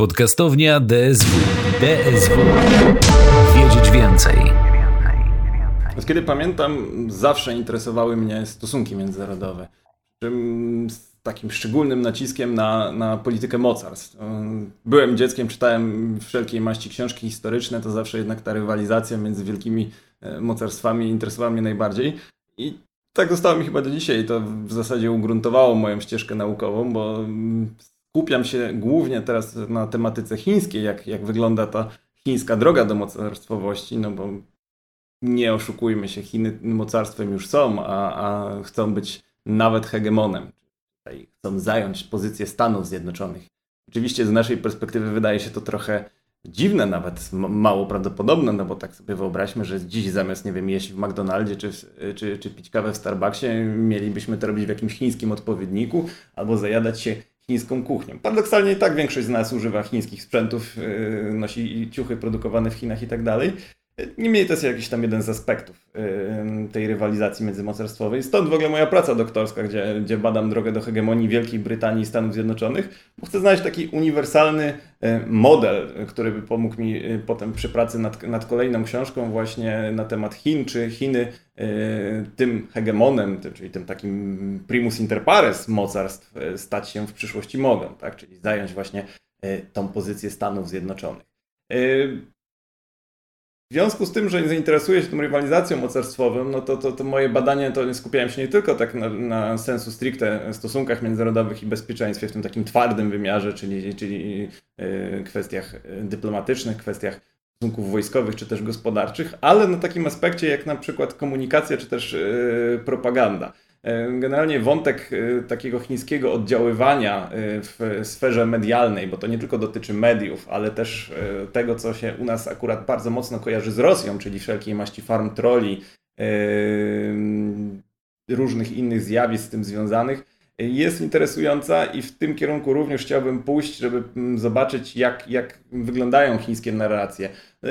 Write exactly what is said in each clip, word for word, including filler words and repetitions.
Podcastownia D S W. D S W. Wiedzieć więcej. Od kiedy pamiętam, zawsze interesowały mnie stosunki międzynarodowe. Z takim szczególnym naciskiem na, na politykę mocarstw. Byłem dzieckiem, czytałem wszelkiej maści książki historyczne, to zawsze jednak ta rywalizacja między wielkimi mocarstwami interesowała mnie najbardziej. I tak zostało mi chyba do dzisiaj. To w zasadzie ugruntowało moją ścieżkę naukową, bo skupiam się głównie teraz na tematyce chińskiej, jak, jak wygląda ta chińska droga do mocarstwowości, no bo nie oszukujmy się, Chiny mocarstwem już są, a, a chcą być nawet hegemonem. Tutaj chcą zająć pozycję Stanów Zjednoczonych. Oczywiście z naszej perspektywy wydaje się to trochę dziwne, nawet mało prawdopodobne, no bo tak sobie wyobraźmy, że dziś zamiast, nie wiem, jeść w McDonaldzie czy, czy, czy pić kawę w Starbucksie, mielibyśmy to robić w jakimś chińskim odpowiedniku albo zajadać się chińską kuchnią. Paradoksalnie i tak większość z nas używa chińskich sprzętów, nosi ciuchy produkowane w Chinach i tak dalej. Niemniej to jest jakiś tam jeden z aspektów tej rywalizacji międzymocarstwowej. Stąd w ogóle moja praca doktorska, gdzie, gdzie badam drogę do hegemonii Wielkiej Brytanii i Stanów Zjednoczonych, bo chcę znaleźć taki uniwersalny model, który by pomógł mi potem przy pracy nad, nad kolejną książką właśnie na temat Chin, czy Chiny tym hegemonem, czyli tym takim primus inter pares mocarstw stać się w przyszłości mogą, tak? Czyli zająć właśnie tą pozycję Stanów Zjednoczonych. W związku z tym, że zainteresuję się tą rywalizacją mocarstwową, no to, to, to moje badania to skupiają się nie tylko tak na, na sensu stricte stosunkach międzynarodowych i bezpieczeństwie w tym takim twardym wymiarze, czyli, czyli yy, kwestiach dyplomatycznych, kwestiach stosunków wojskowych czy też gospodarczych, ale na takim aspekcie jak na przykład komunikacja czy też yy, propaganda. Generalnie wątek takiego chińskiego oddziaływania w sferze medialnej, bo to nie tylko dotyczy mediów, ale też tego, co się u nas akurat bardzo mocno kojarzy z Rosją, czyli wszelkiej maści farm trolli, różnych innych zjawisk z tym związanych, jest interesująca i w tym kierunku również chciałbym pójść, żeby zobaczyć, jak, jak wyglądają chińskie narracje.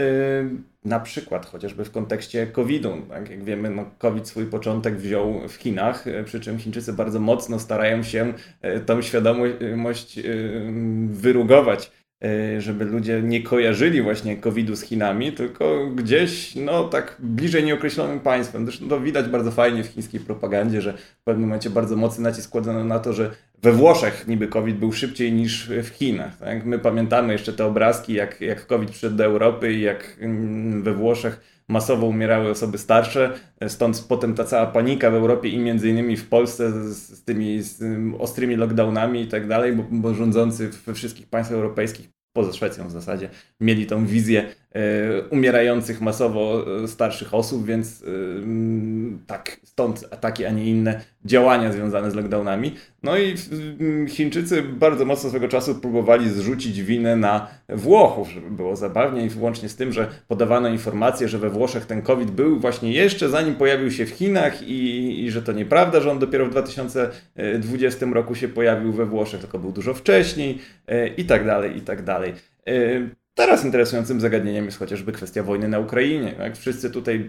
Na przykład chociażby w kontekście kowida. Tak? Jak wiemy, no, COVID swój początek wziął w Chinach, przy czym Chińczycy bardzo mocno starają się tą świadomość wyrugować, żeby ludzie nie kojarzyli właśnie kowidu z Chinami, tylko gdzieś, no tak bliżej nieokreślonym państwem. Zresztą to widać bardzo fajnie w chińskiej propagandzie, że w pewnym momencie bardzo mocny nacisk kładzono na to, że we Włoszech niby COVID był szybciej niż w Chinach. Tak? My pamiętamy jeszcze te obrazki, jak, jak COVID przyszedł do Europy i jak we Włoszech masowo umierały osoby starsze, stąd potem ta cała panika w Europie i między innymi w Polsce z, z tymi z ostrymi lockdownami i tak dalej, bo, bo rządzący we wszystkich państwach europejskich, poza Szwecją w zasadzie, mieli tą wizję e, umierających masowo starszych osób, więc e, tak, stąd takie, a nie inne działania związane z lockdownami. No i Chińczycy bardzo mocno swego czasu próbowali zrzucić winę na Włochów, żeby było zabawniej, włącznie z tym, że podawano informację, że we Włoszech ten COVID był właśnie jeszcze zanim pojawił się w Chinach i, i że to nieprawda, że on dopiero w dwa tysiące dwudziestym roku się pojawił we Włoszech, tylko był dużo wcześniej e, i tak dalej, i tak dalej. E, Teraz interesującym zagadnieniem jest chociażby kwestia wojny na Ukrainie. Jak wszyscy tutaj,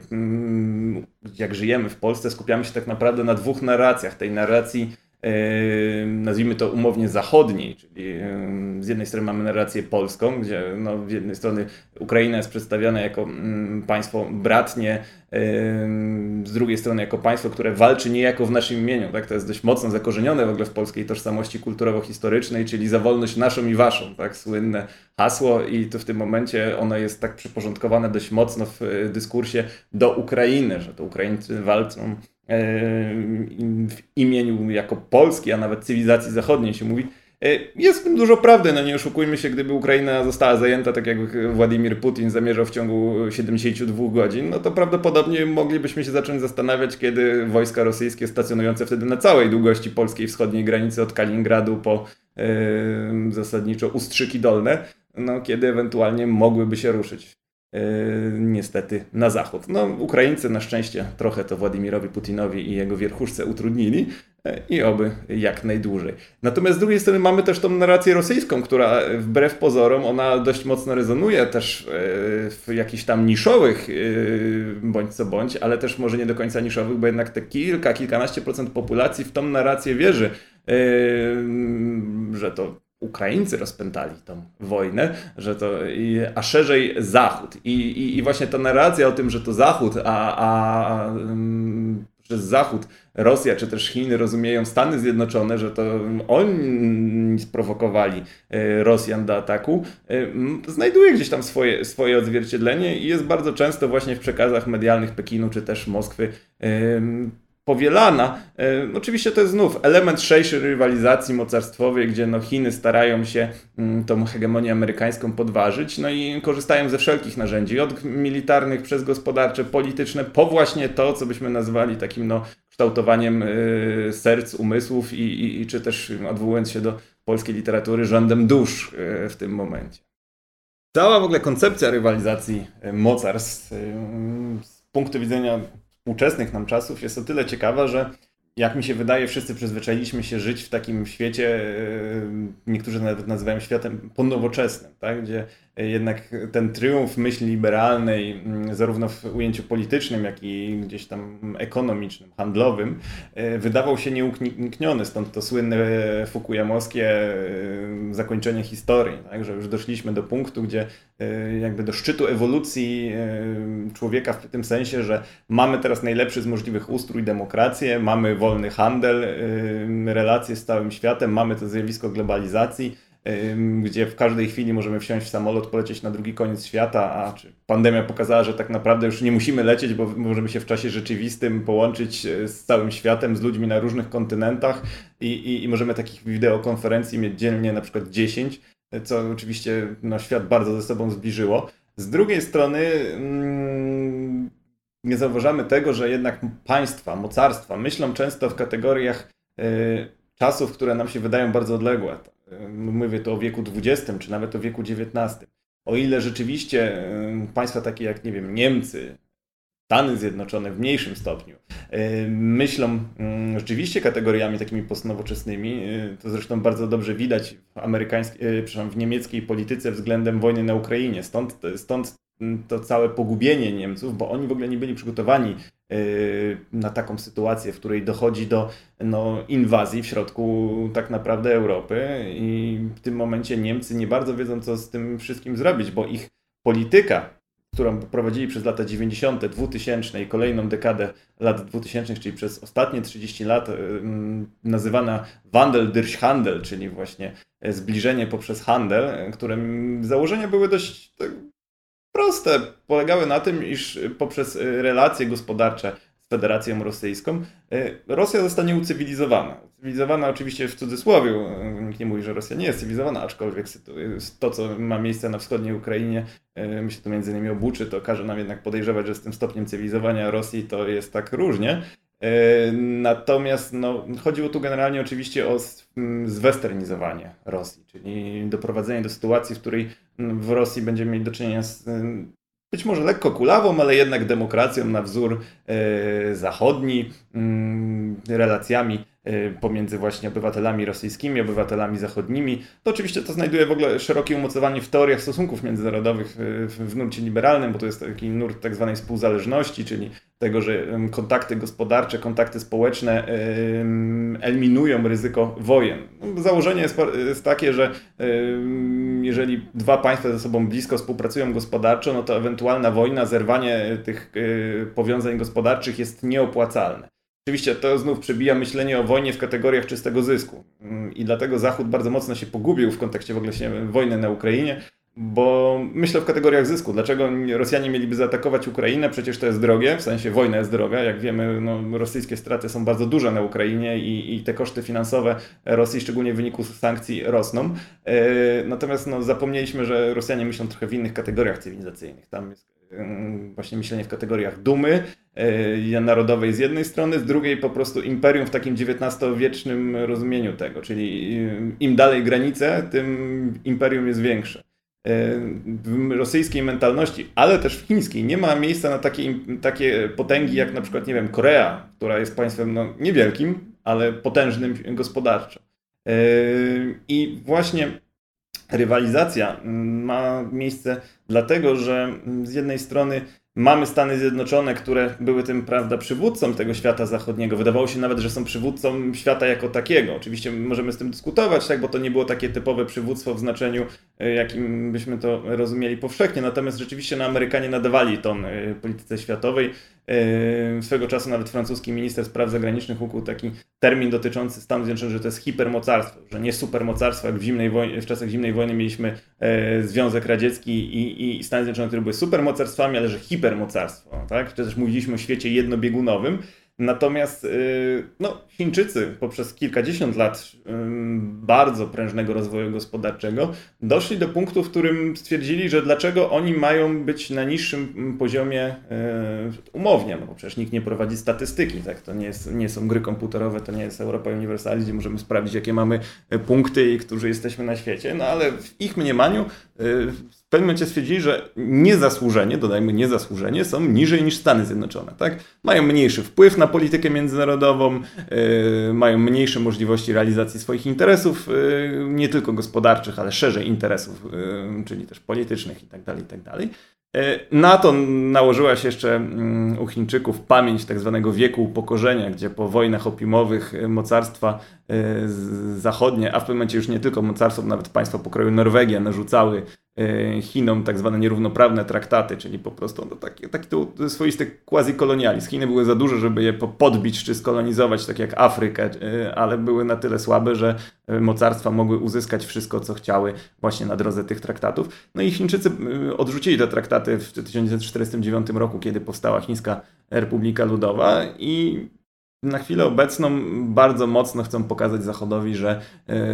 jak żyjemy w Polsce, skupiamy się tak naprawdę na dwóch narracjach. Tej narracji, nazwijmy to umownie zachodniej, czyli z jednej strony mamy narrację polską, gdzie no, z jednej strony Ukraina jest przedstawiana jako państwo bratnie, z drugiej strony jako państwo, które walczy niejako w naszym imieniu. Tak? To jest dość mocno zakorzenione w ogóle w polskiej tożsamości kulturowo-historycznej, czyli za wolność naszą i waszą. Tak? Słynne hasło i to w tym momencie ono jest tak przyporządkowane dość mocno w dyskursie do Ukrainy, że to Ukraińcy walczą w imieniu jako Polski, a nawet cywilizacji zachodniej się mówi. Jest w tym dużo prawdy, no nie oszukujmy się, gdyby Ukraina została zajęta tak jak Władimir Putin zamierzał w ciągu siedemdziesięciu dwóch godzin, no to prawdopodobnie moglibyśmy się zacząć zastanawiać, kiedy wojska rosyjskie stacjonujące wtedy na całej długości polskiej wschodniej granicy od Kaliningradu po yy, zasadniczo Ustrzyki Dolne, no kiedy ewentualnie mogłyby się ruszyć. Yy, niestety na zachód. No, Ukraińcy na szczęście trochę to Władimirowi Putinowi i jego wierchuszce utrudnili yy, i oby jak najdłużej. Natomiast z drugiej strony mamy też tą narrację rosyjską, która wbrew pozorom ona dość mocno rezonuje też yy, w jakichś tam niszowych yy, bądź co bądź, ale też może nie do końca niszowych, bo jednak te kilka, kilkanaście procent populacji w tą narrację wierzy, yy, że to Ukraińcy rozpętali tą wojnę, że to, a szerzej Zachód. I, i, i właśnie ta narracja o tym, że to Zachód, a, a um, przez Zachód Rosja czy też Chiny rozumieją Stany Zjednoczone, że to oni sprowokowali Rosjan do ataku, znajduje gdzieś tam swoje, swoje odzwierciedlenie i jest bardzo często właśnie w przekazach medialnych Pekinu czy też Moskwy powielana. E, oczywiście to jest znów element szerszej rywalizacji mocarstwowej, gdzie no Chiny starają się mm, tą hegemonię amerykańską podważyć, no i korzystają ze wszelkich narzędzi, od militarnych przez gospodarcze, polityczne, po właśnie to, co byśmy nazwali takim no, kształtowaniem y, serc, umysłów i, i, i czy też odwołując się do polskiej literatury, rządem dusz y, w tym momencie. Cała w ogóle koncepcja rywalizacji mocarstw y, z punktu widzenia współczesnych nam czasów jest o tyle ciekawa, że jak mi się wydaje, wszyscy przyzwyczailiśmy się żyć w takim świecie, niektórzy nawet nazywają światem ponowoczesnym, tak? Gdzie jednak ten triumf myśli liberalnej, zarówno w ujęciu politycznym, jak i gdzieś tam ekonomicznym, handlowym, wydawał się nieunikniony. Stąd to słynne fukuyamowskie zakończenie historii, tak? Że już doszliśmy do punktu, gdzie jakby do szczytu ewolucji człowieka w tym sensie, że mamy teraz najlepszy z możliwych ustrój, demokrację, mamy wolny handel, relacje z całym światem, mamy to zjawisko globalizacji, gdzie w każdej chwili możemy wsiąść w samolot, polecieć na drugi koniec świata, a czy pandemia pokazała, że tak naprawdę już nie musimy lecieć, bo możemy się w czasie rzeczywistym połączyć z całym światem, z ludźmi na różnych kontynentach i, i, i możemy takich wideokonferencji mieć dziennie na przykład dziesięć, co oczywiście no, świat bardzo ze sobą zbliżyło. Z drugiej strony mm, nie zauważamy tego, że jednak państwa, mocarstwa myślą często w kategoriach y, czasów, które nam się wydają bardzo odległe. Mówię tu o wieku dwudziestym, czy nawet o wieku dziewiętnastym. O ile rzeczywiście państwa takie jak, nie wiem, Niemcy, Stany Zjednoczone w mniejszym stopniu myślą rzeczywiście kategoriami takimi postnowoczesnymi, to zresztą bardzo dobrze widać w amerykańskiej, przepraszam, w niemieckiej polityce względem wojny na Ukrainie. Stąd, stąd to całe pogubienie Niemców, bo oni w ogóle nie byli przygotowani na taką sytuację, w której dochodzi do no, inwazji w środku tak naprawdę Europy i w tym momencie Niemcy nie bardzo wiedzą, co z tym wszystkim zrobić, bo ich polityka, którą prowadzili przez lata dziewięćdziesiąte, dwutysięczne i kolejną dekadę lat dwutysięcznych, czyli przez ostatnie trzydzieści lat, nazywana Wandel durch Handel, czyli właśnie zbliżenie poprzez handel, które założenia były dość proste. Polegały na tym, iż poprzez relacje gospodarcze z Federacją Rosyjską Rosja zostanie ucywilizowana. Ucywilizowana oczywiście w cudzysłowie. Nikt nie mówi, że Rosja nie jest cywilizowana, aczkolwiek to, co ma miejsce na wschodniej Ukrainie, myślę tu między innymi o Buczy, to każe nam jednak podejrzewać, że z tym stopniem cywilizowania Rosji to jest tak różnie. Natomiast no, chodziło tu generalnie oczywiście o zwesternizowanie Rosji, czyli doprowadzenie do sytuacji, w której w Rosji będziemy mieli do czynienia z być może lekko kulawą, ale jednak demokracją na wzór zachodni, relacjami pomiędzy właśnie obywatelami rosyjskimi, obywatelami zachodnimi. To oczywiście to znajduje w ogóle szerokie umocowanie w teoriach stosunków międzynarodowych w nurcie liberalnym, bo to jest taki nurt tak zwanej współzależności, czyli tego, że kontakty gospodarcze, kontakty społeczne eliminują ryzyko wojen. Założenie jest, jest takie, że jeżeli dwa państwa ze sobą blisko współpracują gospodarczo, no to ewentualna wojna, zerwanie tych powiązań gospodarczych jest nieopłacalne. Oczywiście to znów przebija myślenie o wojnie w kategoriach czystego zysku i dlatego Zachód bardzo mocno się pogubił w kontekście w ogóle wojny na Ukrainie, bo myślę w kategoriach zysku. Dlaczego Rosjanie mieliby zaatakować Ukrainę? Przecież to jest drogie, w sensie wojna jest droga. Jak wiemy, no, rosyjskie straty są bardzo duże na Ukrainie i, i te koszty finansowe Rosji, szczególnie w wyniku sankcji, rosną. E, natomiast no, zapomnieliśmy, że Rosjanie myślą trochę w innych kategoriach cywilizacyjnych. Tam jest e, właśnie myślenie w kategoriach dumy e, narodowej z jednej strony, z drugiej po prostu imperium w takim dziewiętnastowiecznym rozumieniu tego. Czyli im dalej granice, tym imperium jest większe. W rosyjskiej mentalności, ale też w chińskiej nie ma miejsca na takie, takie potęgi jak na przykład, nie wiem, Korea, która jest państwem no, niewielkim, ale potężnym gospodarczo. I właśnie rywalizacja ma miejsce dlatego, że z jednej strony Mamy Stany Zjednoczone, które były tym, prawda, przywódcą tego świata zachodniego. Wydawało się nawet, że są przywódcą świata jako takiego. Oczywiście możemy z tym dyskutować, tak, bo to nie było takie typowe przywództwo w znaczeniu, jakim byśmy to rozumieli powszechnie. Natomiast rzeczywiście no, Amerykanie nadawali ton polityce światowej. Swego czasu nawet francuski minister spraw zagranicznych ukuł taki termin dotyczący Stanów Zjednoczonych, że to jest hipermocarstwo, że nie supermocarstwo, jak w, zimnej wojnie, w czasach zimnej wojny mieliśmy Związek Radziecki i, i Stany Zjednoczone, które były supermocarstwami, ale że hipermocarstwo, tak? Też mówiliśmy o świecie jednobiegunowym. Natomiast no, Chińczycy poprzez kilkadziesiąt lat bardzo prężnego rozwoju gospodarczego doszli do punktu, w którym stwierdzili, że dlaczego oni mają być na niższym poziomie umownie, no bo przecież nikt nie prowadzi statystyki, tak? To nie, jest, nie są gry komputerowe, to nie jest Europa Universalis, gdzie możemy sprawdzić, jakie mamy punkty i którzy jesteśmy na świecie, no ale w ich mniemaniu w pewnym momencie stwierdzili, że niezasłużenie, dodajmy niezasłużenie, są niżej niż Stany Zjednoczone. Tak? Mają mniejszy wpływ na politykę międzynarodową, yy, mają mniejsze możliwości realizacji swoich interesów, yy, nie tylko gospodarczych, ale szerzej interesów, yy, czyli też politycznych itd. itd. Na to nałożyła się jeszcze u Chińczyków pamięć tak zwanego wieku upokorzenia, gdzie po wojnach opiumowych mocarstwa zachodnie, a w pewnym momencie już nie tylko mocarstwa, nawet państwa pokroju Norwegia narzucały Chinom tak zwane nierównoprawne traktaty, czyli po prostu no, taki, taki to swoisty quasi-kolonializm. Chiny były za duże, żeby je podbić czy skolonizować, tak jak Afrykę, ale były na tyle słabe, że mocarstwa mogły uzyskać wszystko, co chciały właśnie na drodze tych traktatów. No i Chińczycy odrzucili te traktaty w tysiąc dziewięćset czterdziestym dziewiątym roku, kiedy powstała Chińska Republika Ludowa i na chwilę obecną bardzo mocno chcą pokazać Zachodowi, że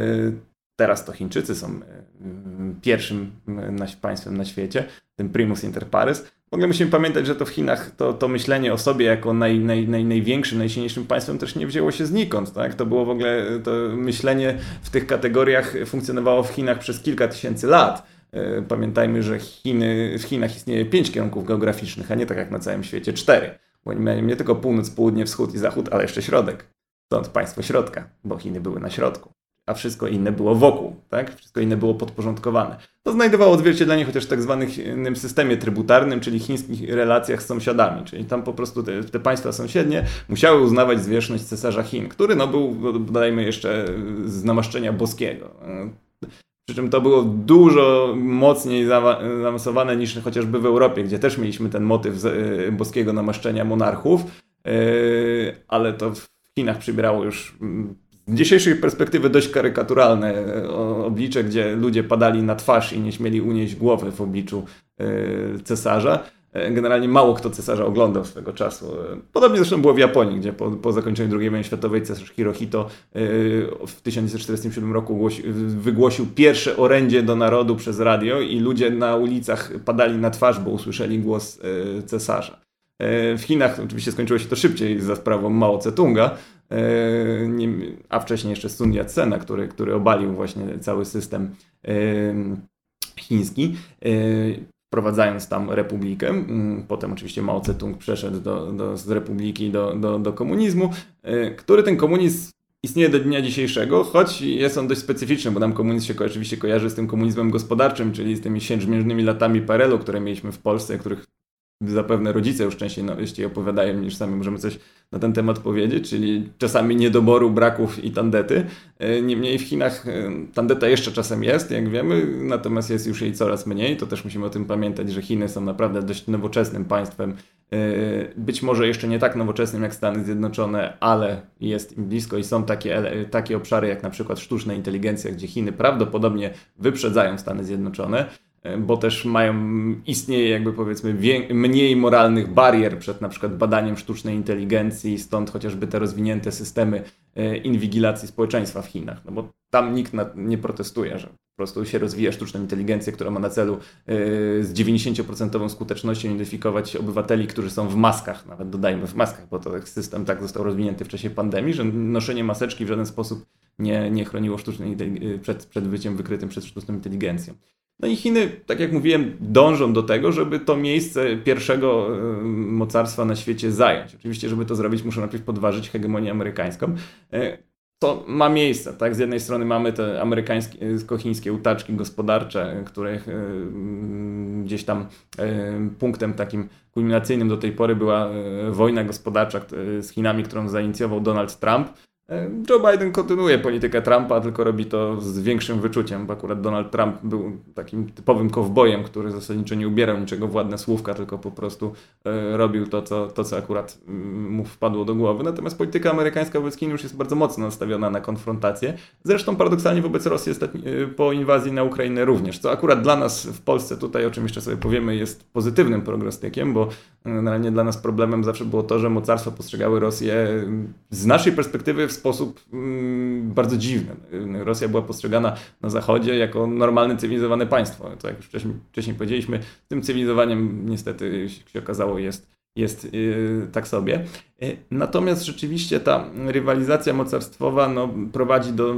teraz to Chińczycy są pierwszym państwem na świecie, tym primus inter pares. W ogóle musimy pamiętać, że to w Chinach to, to myślenie o sobie jako naj, naj, naj, największym, najsilniejszym państwem też nie wzięło się znikąd. Tak? To było w ogóle, to myślenie w tych kategoriach funkcjonowało w Chinach przez kilka tysięcy lat. Pamiętajmy, że Chiny, w Chinach istnieje pięć kierunków geograficznych, a nie tak jak na całym świecie cztery. Bo oni mają nie tylko północ, południe, wschód i zachód, ale jeszcze środek. Stąd państwo środka, bo Chiny były na środku. A wszystko inne było wokół, tak? Wszystko inne było podporządkowane. To znajdowało odzwierciedlenie chociaż w tak zwanym systemie trybutarnym, czyli chińskich relacjach z sąsiadami, czyli tam po prostu te, te państwa sąsiednie musiały uznawać zwierzchność cesarza Chin, który no, był, dodajmy jeszcze, z namaszczenia boskiego. Przy czym to było dużo mocniej zaawansowane niż chociażby w Europie, gdzie też mieliśmy ten motyw boskiego namaszczenia monarchów, ale to w Chinach przybierało już z dzisiejszej perspektywy dość karykaturalne oblicze, gdzie ludzie padali na twarz i nie śmieli unieść głowy w obliczu cesarza. Generalnie mało kto cesarza oglądał swego czasu. Podobnie zresztą było w Japonii, gdzie po, po zakończeniu drugiej wojny światowej cesarz Hirohito w tysiąc dziewięćset czterdziestym siódmym roku głosi, wygłosił pierwsze orędzie do narodu przez radio i ludzie na ulicach padali na twarz, bo usłyszeli głos cesarza. W Chinach oczywiście skończyło się to szybciej za sprawą Mao Tse-tunga, a wcześniej jeszcze Sun Yat-sena, który, który obalił właśnie cały system chiński, wprowadzając tam republikę. Potem oczywiście Mao Tse-tung przeszedł do, do, z republiki do, do, do komunizmu, który ten komunizm istnieje do dnia dzisiejszego, choć jest on dość specyficzny, bo nam komunizm się ko- oczywiście kojarzy z tym komunizmem gospodarczym, czyli z tymi siedmiomiesięcznymi latami P R L u, które mieliśmy w Polsce, których zapewne rodzice już częściej, no, jeśli opowiadają, niż sami możemy coś na ten temat powiedzieć, czyli czasami niedoboru, braków i tandety. Niemniej w Chinach tandeta jeszcze czasem jest, jak wiemy, natomiast jest już jej coraz mniej. To też musimy o tym pamiętać, że Chiny są naprawdę dość nowoczesnym państwem. Być może jeszcze nie tak nowoczesnym jak Stany Zjednoczone, ale jest im blisko i są takie, takie obszary jak na przykład sztuczna inteligencja, gdzie Chiny prawdopodobnie wyprzedzają Stany Zjednoczone, bo też mają, istnieje jakby powiedzmy wie, mniej moralnych barier przed na przykład badaniem sztucznej inteligencji, stąd chociażby te rozwinięte systemy inwigilacji społeczeństwa w Chinach, no bo tam nikt na, nie protestuje, że po prostu się rozwija sztuczna inteligencja, która ma na celu yy, z dziewięćdziesięcioprocentową skutecznością identyfikować obywateli, którzy są w maskach, nawet dodajmy w maskach, bo to system tak został rozwinięty w czasie pandemii, że noszenie maseczki w żaden sposób nie, nie chroniło sztucznej, przed, przed byciem wykrytym przez sztuczną inteligencją. No i Chiny, tak jak mówiłem, dążą do tego, żeby to miejsce pierwszego mocarstwa na świecie zająć. Oczywiście, żeby to zrobić, muszą najpierw podważyć hegemonię amerykańską. To ma miejsce, tak? Z jednej strony mamy te amerykańsko-chińskie utaczki gospodarcze, których gdzieś tam punktem takim kulminacyjnym do tej pory była wojna gospodarcza z Chinami, którą zainicjował Donald Trump. Joe Biden kontynuuje politykę Trumpa, tylko robi to z większym wyczuciem, bo akurat Donald Trump był takim typowym kowbojem, który zasadniczo nie ubierał niczego w ładne słówka, tylko po prostu robił to, co, to, co akurat mu wpadło do głowy. Natomiast polityka amerykańska wobec Chin już jest bardzo mocno nastawiona na konfrontację. Zresztą paradoksalnie wobec Rosji po inwazji na Ukrainę również, co akurat dla nas w Polsce, tutaj o czym jeszcze sobie powiemy, jest pozytywnym prognostykiem, bo generalnie dla nas problemem zawsze było to, że mocarstwa postrzegały Rosję z naszej perspektywy w sposób mm, bardzo dziwny. Rosja była postrzegana na Zachodzie jako normalne, cywilizowane państwo. To jak już wcześniej, wcześniej powiedzieliśmy, tym cywilizowaniem niestety się okazało jest, jest yy, tak sobie. Yy, natomiast rzeczywiście ta rywalizacja mocarstwowa no, prowadzi do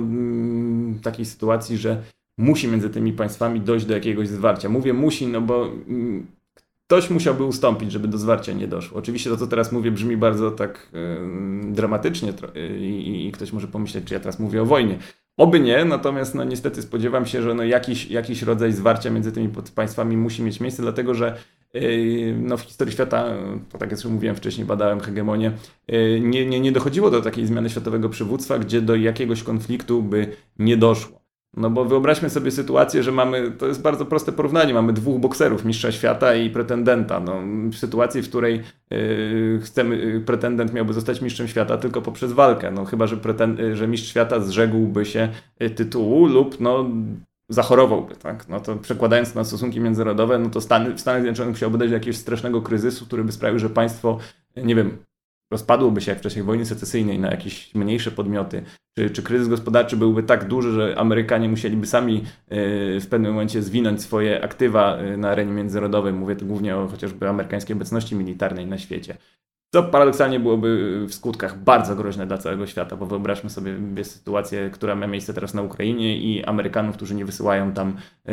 yy, takiej sytuacji, że musi między tymi państwami dojść do jakiegoś zwarcia. Mówię musi, no bo yy, ktoś musiałby ustąpić, żeby do zwarcia nie doszło. Oczywiście to, co teraz mówię, brzmi bardzo tak yy, dramatycznie i, i ktoś może pomyśleć, czy ja teraz mówię o wojnie. Oby nie, natomiast no, niestety spodziewam się, że no, jakiś, jakiś rodzaj zwarcia między tymi państwami musi mieć miejsce, dlatego że yy, no, w historii świata, to tak jak już mówiłem wcześniej, badałem hegemonię, yy, nie, nie, nie dochodziło do takiej zmiany światowego przywództwa, gdzie do jakiegoś konfliktu by nie doszło. No bo wyobraźmy sobie sytuację, że mamy, to jest bardzo proste porównanie, mamy dwóch bokserów, mistrza świata i pretendenta. No, w sytuacji, w której yy, chcemy, pretendent miałby zostać mistrzem świata tylko poprzez walkę, no chyba, że, pretend, że mistrz świata zrzekłby się tytułu lub no, zachorowałby, tak? No to przekładając to na stosunki międzynarodowe, no to Stany, w Stanach Zjednoczonych musiałoby dojść do jakiegoś strasznego kryzysu, który by sprawił, że państwo, nie wiem, rozpadłoby się jak w czasie wojny secesyjnej na jakieś mniejsze podmioty, czy, czy kryzys gospodarczy byłby tak duży, że Amerykanie musieliby sami yy, w pewnym momencie zwinąć swoje aktywa yy, na arenie międzynarodowej. Mówię tu głównie o chociażby amerykańskiej obecności militarnej na świecie. Co paradoksalnie byłoby w skutkach bardzo groźne dla całego świata, bo wyobraźmy sobie sytuację, która ma miejsce teraz na Ukrainie i Amerykanów, którzy nie wysyłają tam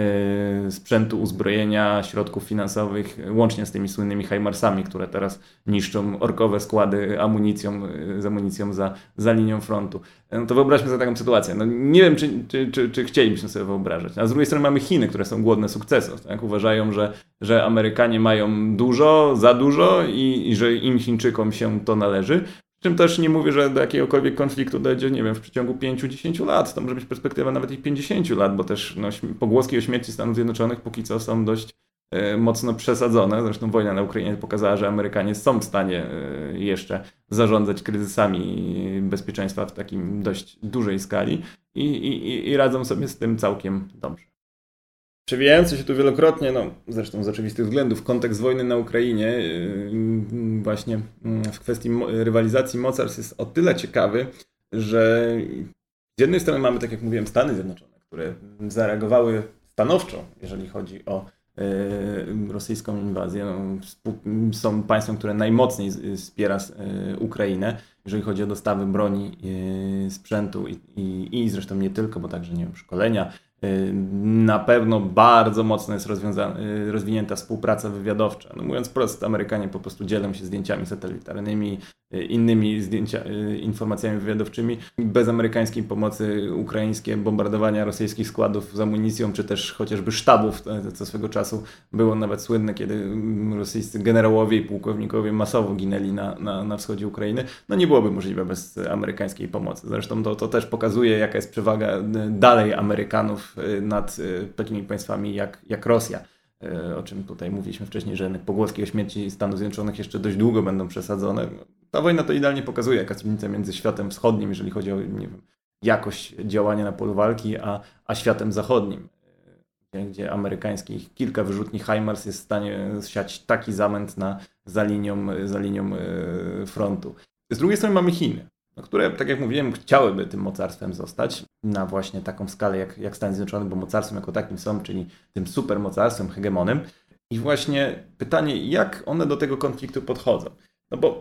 y, sprzętu, uzbrojenia, środków finansowych, łącznie z tymi słynnymi HIMARSami, które teraz niszczą orkowe składy amunicją, y, z amunicją za, za linią frontu. No to wyobraźmy sobie taką sytuację. No nie wiem, czy, czy, czy, czy chcielibyśmy sobie wyobrażać. A z drugiej strony mamy Chiny, które są głodne sukcesów. Tak? Uważają, że, że Amerykanie mają dużo, za dużo i, i że im Chińczykom się to należy. Przy czym też nie mówię, że do jakiegokolwiek konfliktu dojdzie, nie wiem, w przeciągu pięć do dziesięciu lat. To może być perspektywa nawet i pięćdziesięciu lat, bo też no, pogłoski o śmierci Stanów Zjednoczonych póki co są dość e, mocno przesadzone. Zresztą wojna na Ukrainie pokazała, że Amerykanie są w stanie e, jeszcze zarządzać kryzysami bezpieczeństwa w takim dość dużej skali i, i, i radzą sobie z tym całkiem dobrze. Przewijający się tu wielokrotnie, no zresztą z oczywistych względów, kontekst wojny na Ukrainie yy, właśnie yy, w kwestii mo- rywalizacji mocarstw jest o tyle ciekawy, że z jednej strony mamy, tak jak mówiłem, Stany Zjednoczone, które zareagowały stanowczo, jeżeli chodzi o yy, rosyjską inwazję. No, spu- są państwem, które najmocniej wspiera yy, Ukrainę, jeżeli chodzi o dostawy broni, yy, sprzętu i, i, i zresztą nie tylko, bo także, nie wiem, szkolenia. Na pewno bardzo mocno jest rozwinięta współpraca wywiadowcza. No mówiąc prosto, Amerykanie po prostu dzielą się zdjęciami satelitarnymi, innymi zdjęcia, informacjami wywiadowczymi. Bez amerykańskiej pomocy ukraińskie bombardowania rosyjskich składów z amunicją, czy też chociażby sztabów, co swego czasu było nawet słynne, kiedy rosyjscy generałowie i pułkownikowie masowo ginęli na, na, na wschodzie Ukrainy, no nie byłoby możliwe bez amerykańskiej pomocy. Zresztą to, to też pokazuje, jaka jest przewaga dalej Amerykanów nad takimi państwami jak, jak Rosja, o czym tutaj mówiliśmy wcześniej, że jednak pogłoski o śmierci Stanów Zjednoczonych jeszcze dość długo będą przesadzone. Ta wojna to idealnie pokazuje, jaka jest różnica między światem wschodnim, jeżeli chodzi o, nie wiem, jakość działania na polu walki, a, a światem zachodnim, gdzie, gdzie amerykańskich kilka wyrzutni HIMARS jest w stanie siać taki zamęt na, za linią, za linią frontu. Z drugiej strony mamy Chiny, które, tak jak mówiłem, chciałyby tym mocarstwem zostać na właśnie taką skalę jak, jak Stany Zjednoczone, bo mocarstwem jako takim są, czyli tym supermocarstwem, hegemonem. I właśnie pytanie, jak one do tego konfliktu podchodzą? No bo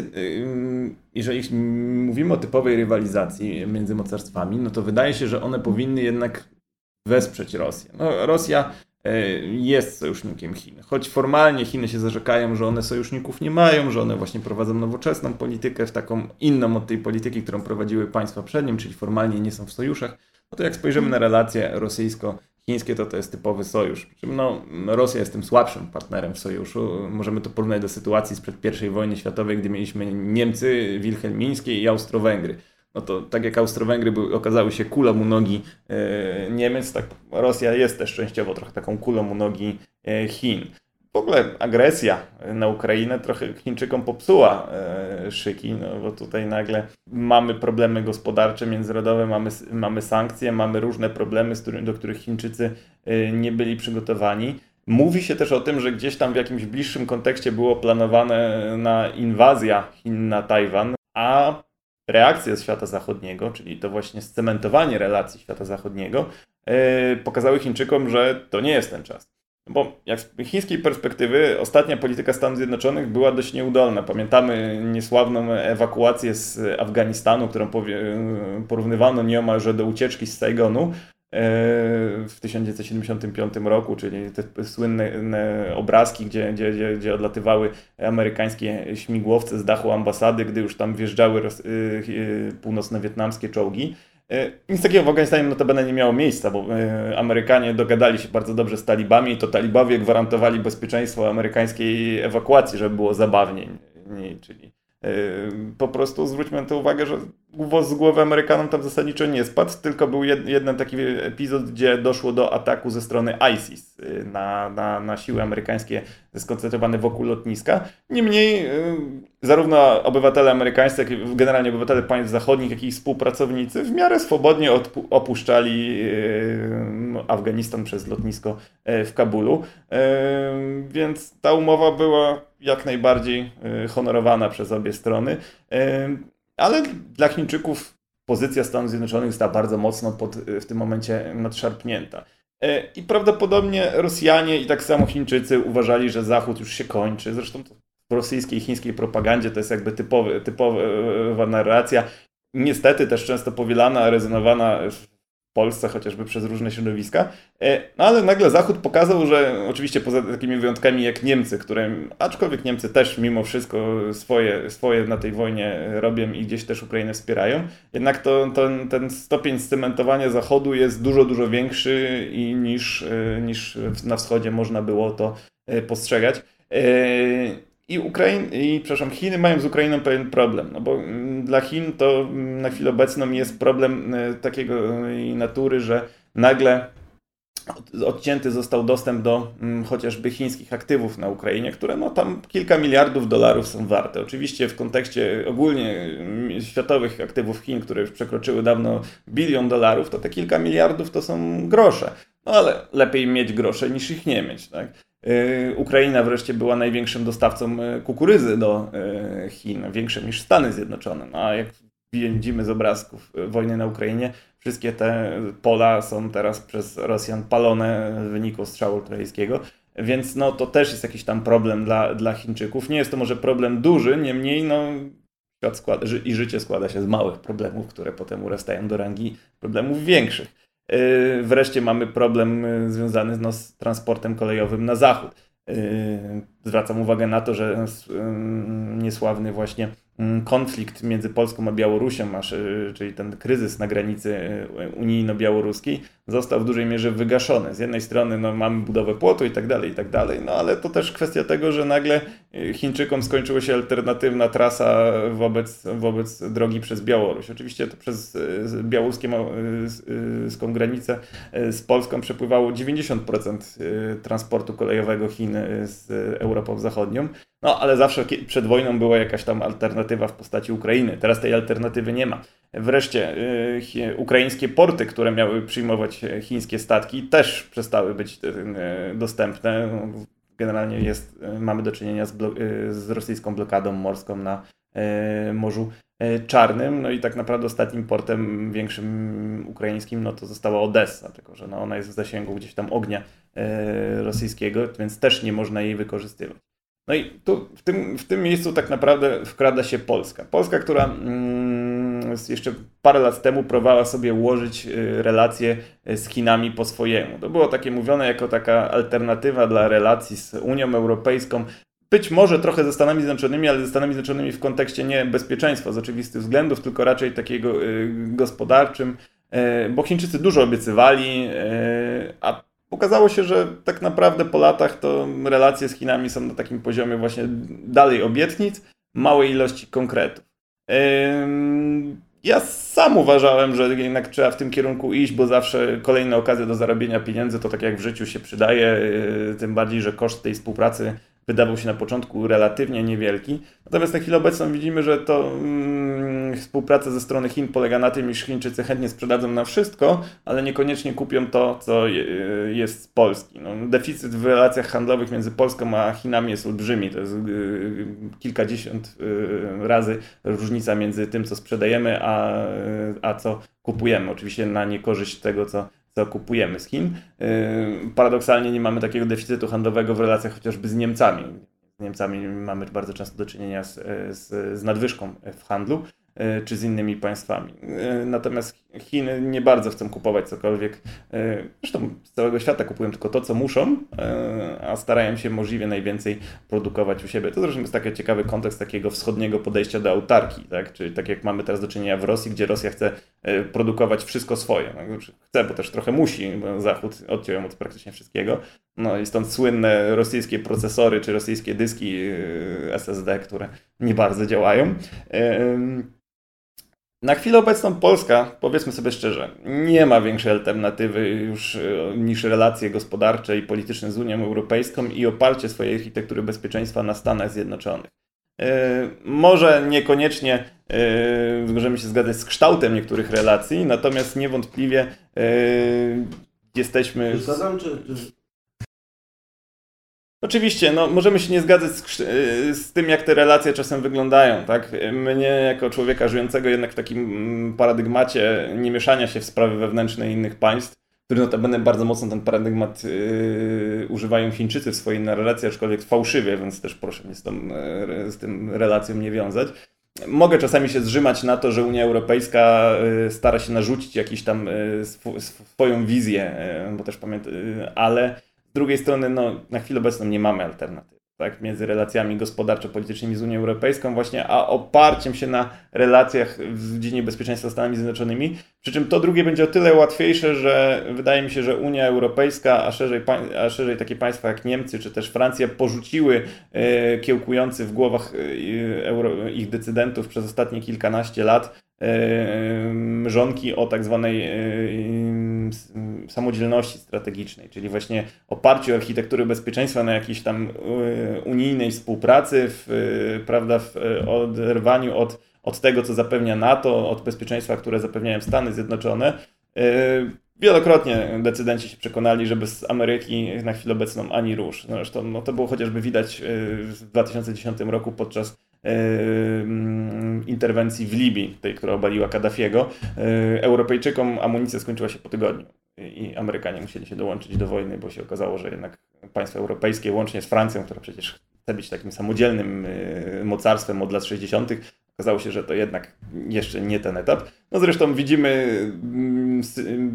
jeżeli mówimy o typowej rywalizacji między mocarstwami, no to wydaje się, że one powinny jednak wesprzeć Rosję. No, Rosja jest sojusznikiem Chin. Choć formalnie Chiny się zarzekają, że one sojuszników nie mają, że one właśnie prowadzą nowoczesną politykę, w taką inną od tej polityki, którą prowadziły państwa przed nim, czyli formalnie nie są w sojuszach, no to jak spojrzymy na relacje rosyjsko chińskie to to jest typowy sojusz. No, Rosja jest tym słabszym partnerem w sojuszu. Możemy to porównać do sytuacji sprzed pierwszej wojny światowej, gdy mieliśmy Niemcy wilhelmińskie i Austro-Węgry. No to tak jak Austro-Węgry były, okazały się kulą u nogi e, Niemiec, tak Rosja jest też częściowo trochę taką kulą u nogi e, Chin. W ogóle agresja na Ukrainę trochę Chińczykom popsuła e, szyki, no bo tutaj nagle mamy problemy gospodarcze, międzynarodowe, mamy, mamy sankcje, mamy różne problemy, z którym, do których Chińczycy e, nie byli przygotowani. Mówi się też o tym, że gdzieś tam w jakimś bliższym kontekście było planowane na inwazja Chin na Tajwan, a reakcja z świata zachodniego, czyli to właśnie scementowanie relacji świata zachodniego, e, pokazały Chińczykom, że to nie jest ten czas. Bo jak z chińskiej perspektywy ostatnia polityka Stanów Zjednoczonych była dość nieudolna. Pamiętamy niesławną ewakuację z Afganistanu, którą porównywano nieomalże do ucieczki z Saigonu w tysiąc dziewięćset siedemdziesiątym piątym roku, czyli te słynne obrazki, gdzie, gdzie, gdzie odlatywały amerykańskie śmigłowce z dachu ambasady, gdy już tam wjeżdżały północno-wietnamskie czołgi. Nic takiego w Afganistanie notabene nie miało miejsca, bo Amerykanie dogadali się bardzo dobrze z talibami i to talibowie gwarantowali bezpieczeństwo amerykańskiej ewakuacji, żeby było zabawniej. Czyli po prostu zwróćmy na to uwagę, że włos z głowy Amerykanom tam zasadniczo nie spadł, tylko był jeden taki epizod, gdzie doszło do ataku ze strony ISIS na, na, na siły amerykańskie skoncentrowane wokół lotniska. Niemniej zarówno obywatele amerykańscy, jak i generalnie obywatele państw zachodnich, jak i ich współpracownicy w miarę swobodnie opuszczali Afganistan przez lotnisko w Kabulu. Więc ta umowa była jak najbardziej honorowana przez obie strony. Ale dla Chińczyków pozycja Stanów Zjednoczonych została bardzo mocno pod, w tym momencie nadszarpnięta. I prawdopodobnie Rosjanie i tak samo Chińczycy uważali, że Zachód już się kończy. Zresztą w rosyjskiej i chińskiej propagandzie to jest jakby typowy, typowa narracja. Niestety też często powielana, rezonowana w Polsce chociażby przez różne środowiska. No ale nagle Zachód pokazał, że oczywiście poza takimi wyjątkami jak Niemcy, które, aczkolwiek Niemcy też mimo wszystko swoje, swoje na tej wojnie robią i gdzieś też Ukrainę wspierają, jednak to, to, ten stopień scementowania Zachodu jest dużo, dużo większy i niż, niż na wschodzie można było to postrzegać. I, Ukrain, i przepraszam, Chiny mają z Ukrainą pewien problem, no bo dla Chin to na chwilę obecną jest problem takiego natury, że nagle odcięty został dostęp do mm, chociażby chińskich aktywów na Ukrainie, które no tam kilka miliardów dolarów są warte. Oczywiście w kontekście ogólnie światowych aktywów Chin, które już przekroczyły dawno bilion dolarów, to te kilka miliardów to są grosze. No ale lepiej mieć grosze niż ich nie mieć, tak? Yy, Ukraina wreszcie była największym dostawcą kukurydzy do yy, Chin, większym niż Stany Zjednoczone. No a jak widzimy z obrazków wojny na Ukrainie, wszystkie te pola są teraz przez Rosjan palone w wyniku strzału artyleryjskiego, więc no to też jest jakiś tam problem dla, dla Chińczyków. Nie jest to może problem duży, niemniej no świat składa, ży, i życie składa się z małych problemów, które potem urastają do rangi problemów większych. Yy, wreszcie mamy problem yy, związany no, z transportem kolejowym na zachód. Yy, zwracam uwagę na to, że yy, niesławny właśnie konflikt między Polską a Białorusią, aż, czyli ten kryzys na granicy unijno-białoruskiej, został w dużej mierze wygaszony. Z jednej strony no, mamy budowę płotu i tak dalej, i tak dalej, no ale to też kwestia tego, że nagle Chińczykom skończyła się alternatywna trasa wobec, wobec drogi przez Białoruś. Oczywiście to przez białoruską granicę z Polską przepływało dziewięćdziesiąt procent transportu kolejowego Chin z Europą Zachodnią. No, ale zawsze przed wojną była jakaś tam alternatywa w postaci Ukrainy. Teraz tej alternatywy nie ma. Wreszcie yy, ukraińskie porty, które miały przyjmować chińskie statki, też przestały być yy, dostępne. Generalnie jest, yy, mamy do czynienia z, blo- yy, z rosyjską blokadą morską na yy, Morzu yy, Czarnym. No i tak naprawdę ostatnim portem większym ukraińskim no to została Odessa, tylko że no ona jest w zasięgu gdzieś tam ognia yy, rosyjskiego, więc też nie można jej wykorzystywać. No i tu w tym, w tym miejscu tak naprawdę wkrada się Polska. Polska, która mm, jeszcze parę lat temu próbowała sobie ułożyć y, relacje z Chinami po swojemu. To było takie mówione jako taka alternatywa dla relacji z Unią Europejską. Być może trochę ze Stanami Zjednoczonymi, ale ze Stanami Zjednoczonymi w kontekście nie bezpieczeństwa z oczywistych względów, tylko raczej takiego y, gospodarczym, bo Chińczycy dużo obiecywali, a okazało się, że tak naprawdę po latach to relacje z Chinami są na takim poziomie właśnie dalej obietnic, małej ilości konkretów. Ja sam uważałem, że jednak trzeba w tym kierunku iść, bo zawsze kolejne okazje do zarobienia pieniędzy to tak jak w życiu się przydaje, tym bardziej, że koszt tej współpracy wydawał się na początku relatywnie niewielki. Natomiast na chwilę obecną widzimy, że to mm, współpraca ze strony Chin polega na tym, iż Chińczycy chętnie sprzedadzą nam wszystko, ale niekoniecznie kupią to, co je, jest z Polski. No, deficyt w relacjach handlowych między Polską a Chinami jest olbrzymi. To jest y, kilkadziesiąt y, razy różnica między tym, co sprzedajemy, a, a co kupujemy. Oczywiście na niekorzyść tego, co co kupujemy z Chin. Paradoksalnie nie mamy takiego deficytu handlowego w relacjach chociażby z Niemcami. Z Niemcami mamy bardzo często do czynienia z, z, z nadwyżką w handlu, czy z innymi państwami. Natomiast Chiny nie bardzo chcą kupować cokolwiek. Zresztą z całego świata kupują tylko to, co muszą, a starają się możliwie najwięcej produkować u siebie. To zresztą jest taki ciekawy kontekst takiego wschodniego podejścia do autarkii, tak? Czyli tak jak mamy teraz do czynienia w Rosji, gdzie Rosja chce produkować wszystko swoje. Chce, bo też trochę musi, bo Zachód odciął ją od praktycznie wszystkiego. No i stąd słynne rosyjskie procesory czy rosyjskie dyski S S D, które nie bardzo działają. Na chwilę obecną Polska, powiedzmy sobie szczerze, nie ma większej alternatywy już niż relacje gospodarcze i polityczne z Unią Europejską i oparcie swojej architektury bezpieczeństwa na Stanach Zjednoczonych. Yy, może niekoniecznie yy, możemy się zgadzać z kształtem niektórych relacji, natomiast niewątpliwie yy, jesteśmy... Zgadzam, czy... Oczywiście, no, możemy się nie zgadzać z, z tym, jak te relacje czasem wyglądają, tak? Mnie jako człowieka żyjącego jednak w takim paradygmacie nie mieszania się w sprawy wewnętrzne innych państw, który notabene bardzo mocno ten paradygmat yy, używają Chińczycy w swojej narracji, aczkolwiek fałszywie, więc też proszę mnie z, tą, yy, z tym relacją nie wiązać. Mogę czasami się zrzymać na to, że Unia Europejska yy, stara się narzucić jakąś tam yy, sw- swoją wizję, yy, bo też pamiętam, yy, ale z drugiej strony, no, na chwilę obecną nie mamy alternatywy, tak, między relacjami gospodarczo-politycznymi z Unią Europejską właśnie, a oparciem się na relacjach w dziedzinie bezpieczeństwa z Stanami Zjednoczonymi. Przy czym to drugie będzie o tyle łatwiejsze, że wydaje mi się, że Unia Europejska, a szerzej, a szerzej takie państwa jak Niemcy czy też Francja porzuciły e, kiełkujący w głowach e, euro, ich decydentów przez ostatnie kilkanaście lat e, mrzonki o tak zwanej e, samodzielności strategicznej, czyli właśnie oparciu architektury bezpieczeństwa na jakiejś tam unijnej współpracy, w, prawda, w oderwaniu od, od tego, co zapewnia NATO, od bezpieczeństwa, które zapewniają Stany Zjednoczone. Wielokrotnie decydenci się przekonali, że bez Ameryki na chwilę obecną ani rusz. Zresztą no, to było chociażby widać w dwa tysiące dziesiątym roku podczas yy, interwencji w Libii, tej, która obaliła Kaddafiego. Yy, Europejczykom amunicja skończyła się po tygodniu i Amerykanie musieli się dołączyć do wojny, bo się okazało, że jednak państwa europejskie, łącznie z Francją, która przecież chce być takim samodzielnym yy, mocarstwem od lat sześćdziesiątych, okazało się, że to jednak jeszcze nie ten etap. No zresztą widzimy yy,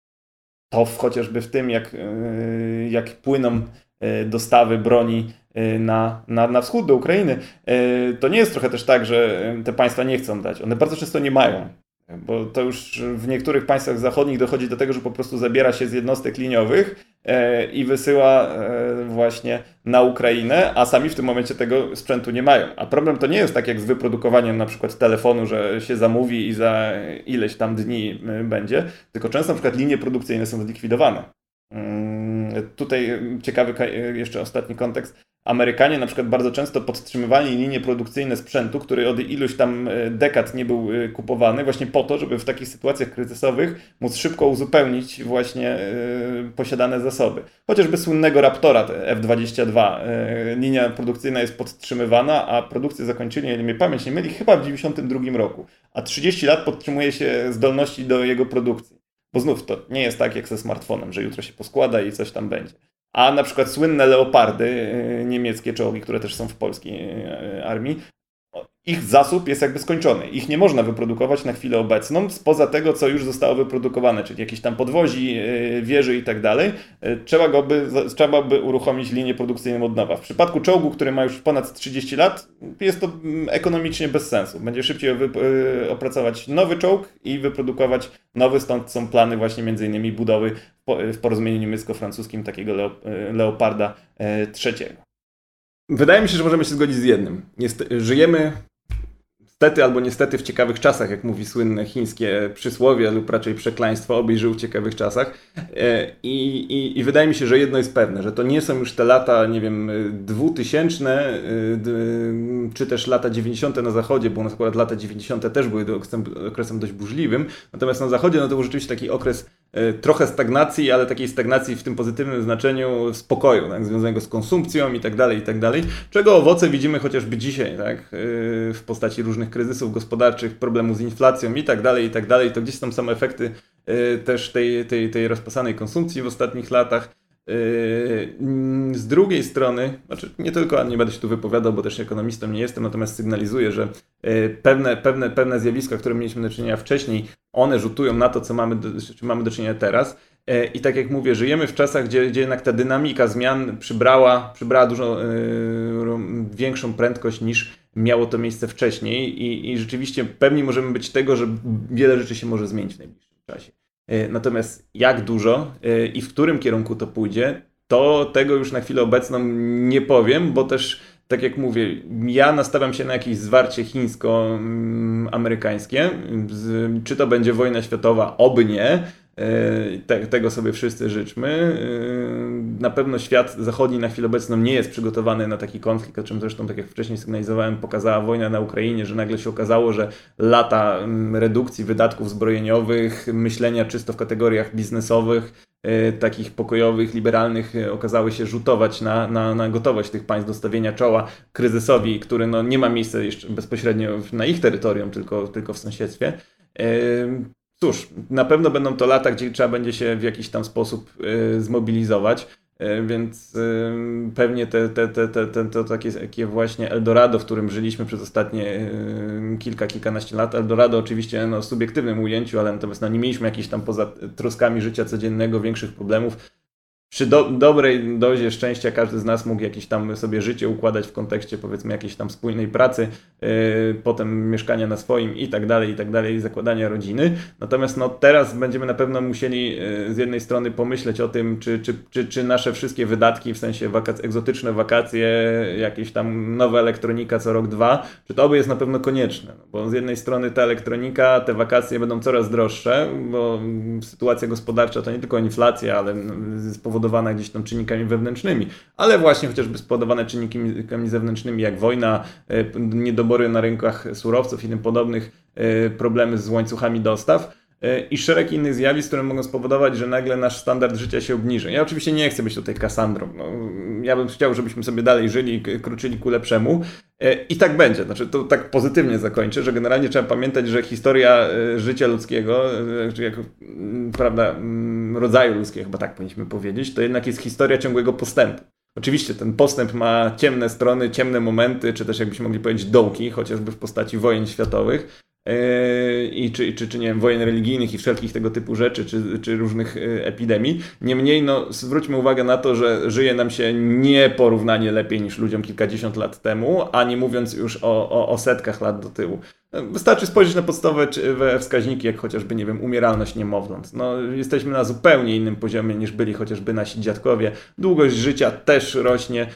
to w, chociażby w tym, jak, jak płyną dostawy broni na, na, na wschód do Ukrainy. To nie jest trochę też tak, że te państwa nie chcą dać. One bardzo często nie mają. Bo to już w niektórych państwach zachodnich dochodzi do tego, że po prostu zabiera się z jednostek liniowych i wysyła właśnie na Ukrainę, a sami w tym momencie tego sprzętu nie mają. A problem to nie jest tak jak z wyprodukowaniem na przykład telefonu, że się zamówi i za ileś tam dni będzie, tylko często na przykład linie produkcyjne są zlikwidowane. Tutaj ciekawy jeszcze ostatni kontekst. Amerykanie na przykład bardzo często podtrzymywali linie produkcyjne sprzętu, który od iluś tam dekad nie był kupowany, właśnie po to, żeby w takich sytuacjach kryzysowych móc szybko uzupełnić właśnie posiadane zasoby. Chociażby słynnego Raptora F dwadzieścia dwa. Linia produkcyjna jest podtrzymywana, a produkcję zakończyli, jeżeli mnie pamięć nie myli, chyba w dziewięćdziesiątym drugim roku. A trzydzieści lat podtrzymuje się zdolności do jego produkcji. Bo znów to nie jest tak jak ze smartfonem, że jutro się poskłada i coś tam będzie. A na przykład słynne Leopardy, niemieckie czołgi, które też są w polskiej armii, ich zasób jest jakby skończony. Ich nie można wyprodukować na chwilę obecną spoza tego, co już zostało wyprodukowane, czyli jakieś tam podwozi, wieży i tak dalej. Trzeba go by, trzeba by uruchomić linię produkcyjną od nowa. W przypadku czołgu, który ma już ponad trzydzieści lat, jest to ekonomicznie bez sensu. Będzie szybciej opracować nowy czołg i wyprodukować nowy, stąd są plany właśnie między innymi budowy w porozumieniu niemiecko-francuskim takiego Leoparda trzeciego. Wydaje mi się, że możemy się zgodzić z jednym. Niestety, żyjemy stety albo niestety w ciekawych czasach, jak mówi słynne chińskie przysłowie lub raczej przekleństwo, obyś żył w ciekawych czasach. I, i, I wydaje mi się, że jedno jest pewne, że to nie są już te lata, nie wiem, dwutysięczne, czy też lata dziewięćdziesiąte na zachodzie, bo na przykład lata dziewięćdziesiąte też były okresem, okresem dość burzliwym, natomiast na zachodzie no to był rzeczywiście taki okres trochę stagnacji, ale takiej stagnacji w tym pozytywnym znaczeniu spokoju, tak, związanego z konsumpcją i tak dalej, i tak dalej, czego owoce widzimy chociażby dzisiaj, tak, w postaci różnych kryzysów gospodarczych, problemu z inflacją i tak dalej, i tak dalej. To gdzieś tam są efekty też tej, tej, tej rozpasanej konsumpcji w ostatnich latach. Z drugiej strony, znaczy nie tylko, nie będę się tu wypowiadał, bo też ekonomistą nie jestem, natomiast sygnalizuję, że pewne, pewne, pewne zjawiska, które mieliśmy do czynienia wcześniej, one rzutują na to, co mamy do, czy mamy do czynienia teraz. I tak jak mówię, żyjemy w czasach, gdzie, gdzie jednak ta dynamika zmian przybrała, przybrała dużo yy, większą prędkość niż miało to miejsce wcześniej i, i rzeczywiście pewni możemy być tego, że wiele rzeczy się może zmienić w najbliższym czasie. Natomiast jak dużo i w którym kierunku to pójdzie, to tego już na chwilę obecną nie powiem, bo też, tak jak mówię, ja nastawiam się na jakieś zwarcie chińsko-amerykańskie. Czy to będzie wojna światowa? Oby nie. Te, tego sobie wszyscy życzmy. Na pewno świat zachodni na chwilę obecną nie jest przygotowany na taki konflikt, o czym zresztą, tak jak wcześniej sygnalizowałem, pokazała wojna na Ukrainie, że nagle się okazało, że lata redukcji wydatków zbrojeniowych, myślenia czysto w kategoriach biznesowych, takich pokojowych, liberalnych, okazały się rzutować na, na, na gotowość tych państw do stawienia czoła kryzysowi, który no, nie ma miejsca jeszcze bezpośrednio na ich terytorium, tylko, tylko w sąsiedztwie. Cóż, na pewno będą to lata, gdzie trzeba będzie się w jakiś tam sposób y, zmobilizować, y, więc y, pewnie te, te, te, te, te, to takie, takie właśnie Eldorado, w którym żyliśmy przez ostatnie y, kilka, kilkanaście lat. Eldorado oczywiście no, w subiektywnym ujęciu, ale natomiast no, nie mieliśmy jakichś tam poza troskami życia codziennego większych problemów. Przy do, dobrej dozie szczęścia każdy z nas mógł jakieś tam sobie życie układać w kontekście powiedzmy jakiejś tam spójnej pracy, yy, potem mieszkania na swoim i tak dalej, i tak dalej, zakładania rodziny. Natomiast no, teraz będziemy na pewno musieli yy, z jednej strony pomyśleć o tym, czy, czy, czy, czy nasze wszystkie wydatki, w sensie wakac- egzotyczne wakacje, jakieś tam nowa elektronika co rok, dwa, czy to oby jest na pewno konieczne. No, bo z jednej strony ta elektronika, te wakacje będą coraz droższe, bo sytuacja gospodarcza to nie tylko inflacja, ale spowodowana gdzieś tam czynnikami wewnętrznymi, ale właśnie chociażby spowodowane czynnikami zewnętrznymi jak wojna, niedobory na rynkach surowców i tym podobnych, problemy z łańcuchami dostaw i szereg innych zjawisk, które mogą spowodować, że nagle nasz standard życia się obniży. Ja oczywiście nie chcę być tutaj Kasandrą. No, ja bym chciał, żebyśmy sobie dalej żyli i kroczyli ku lepszemu. I tak będzie. Znaczy, to tak pozytywnie zakończę, że generalnie trzeba pamiętać, że historia życia ludzkiego, czy jako, prawda, rodzaju ludzkiego, chyba tak powinniśmy powiedzieć, to jednak jest historia ciągłego postępu. Oczywiście ten postęp ma ciemne strony, ciemne momenty, czy też jakbyśmy mogli powiedzieć dołki, chociażby w postaci wojen światowych. I czy, czy, czy nie wiem, wojen religijnych i wszelkich tego typu rzeczy, czy, czy różnych epidemii. Niemniej no, zwróćmy uwagę na to, że żyje nam się nieporównanie lepiej niż ludziom kilkadziesiąt lat temu, a nie mówiąc już o, o, o setkach lat do tyłu. Wystarczy spojrzeć na podstawowe wskaźniki, jak chociażby, nie wiem, umieralność niemowląt. No, jesteśmy na zupełnie innym poziomie niż byli chociażby nasi dziadkowie. Długość życia też rośnie.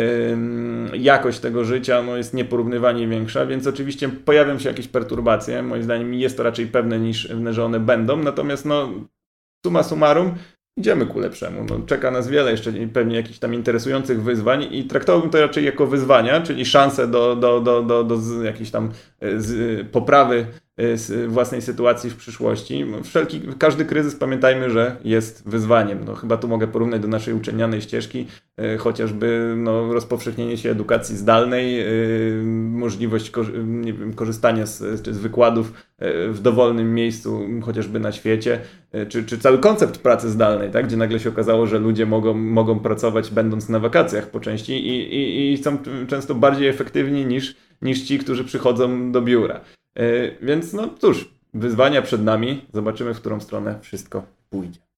Jakość tego życia no, jest nieporównywalnie większa, więc oczywiście pojawią się jakieś perturbacje. Moim zdaniem jest to raczej pewne, niż że one będą. Natomiast no, summa summarum idziemy ku lepszemu. No, czeka nas wiele jeszcze pewnie jakichś tam interesujących wyzwań i traktowałbym to raczej jako wyzwania, czyli szanse do, do, do, do, do jakiejś tam z, poprawy z własnej sytuacji w przyszłości. Wszelki, każdy kryzys, pamiętajmy, że jest wyzwaniem. No, chyba tu mogę porównać do naszej uczelnianej ścieżki, chociażby no, rozpowszechnienie się edukacji zdalnej, możliwość nie wiem, korzystania z, z wykładów w dowolnym miejscu, chociażby na świecie, czy, czy cały koncept pracy zdalnej, tak? Gdzie nagle się okazało, że ludzie mogą, mogą pracować będąc na wakacjach po części i, i, i są często bardziej efektywni niż, niż ci, którzy przychodzą do biura. Więc no cóż, wyzwania przed nami, zobaczymy, w którą stronę wszystko pójdzie.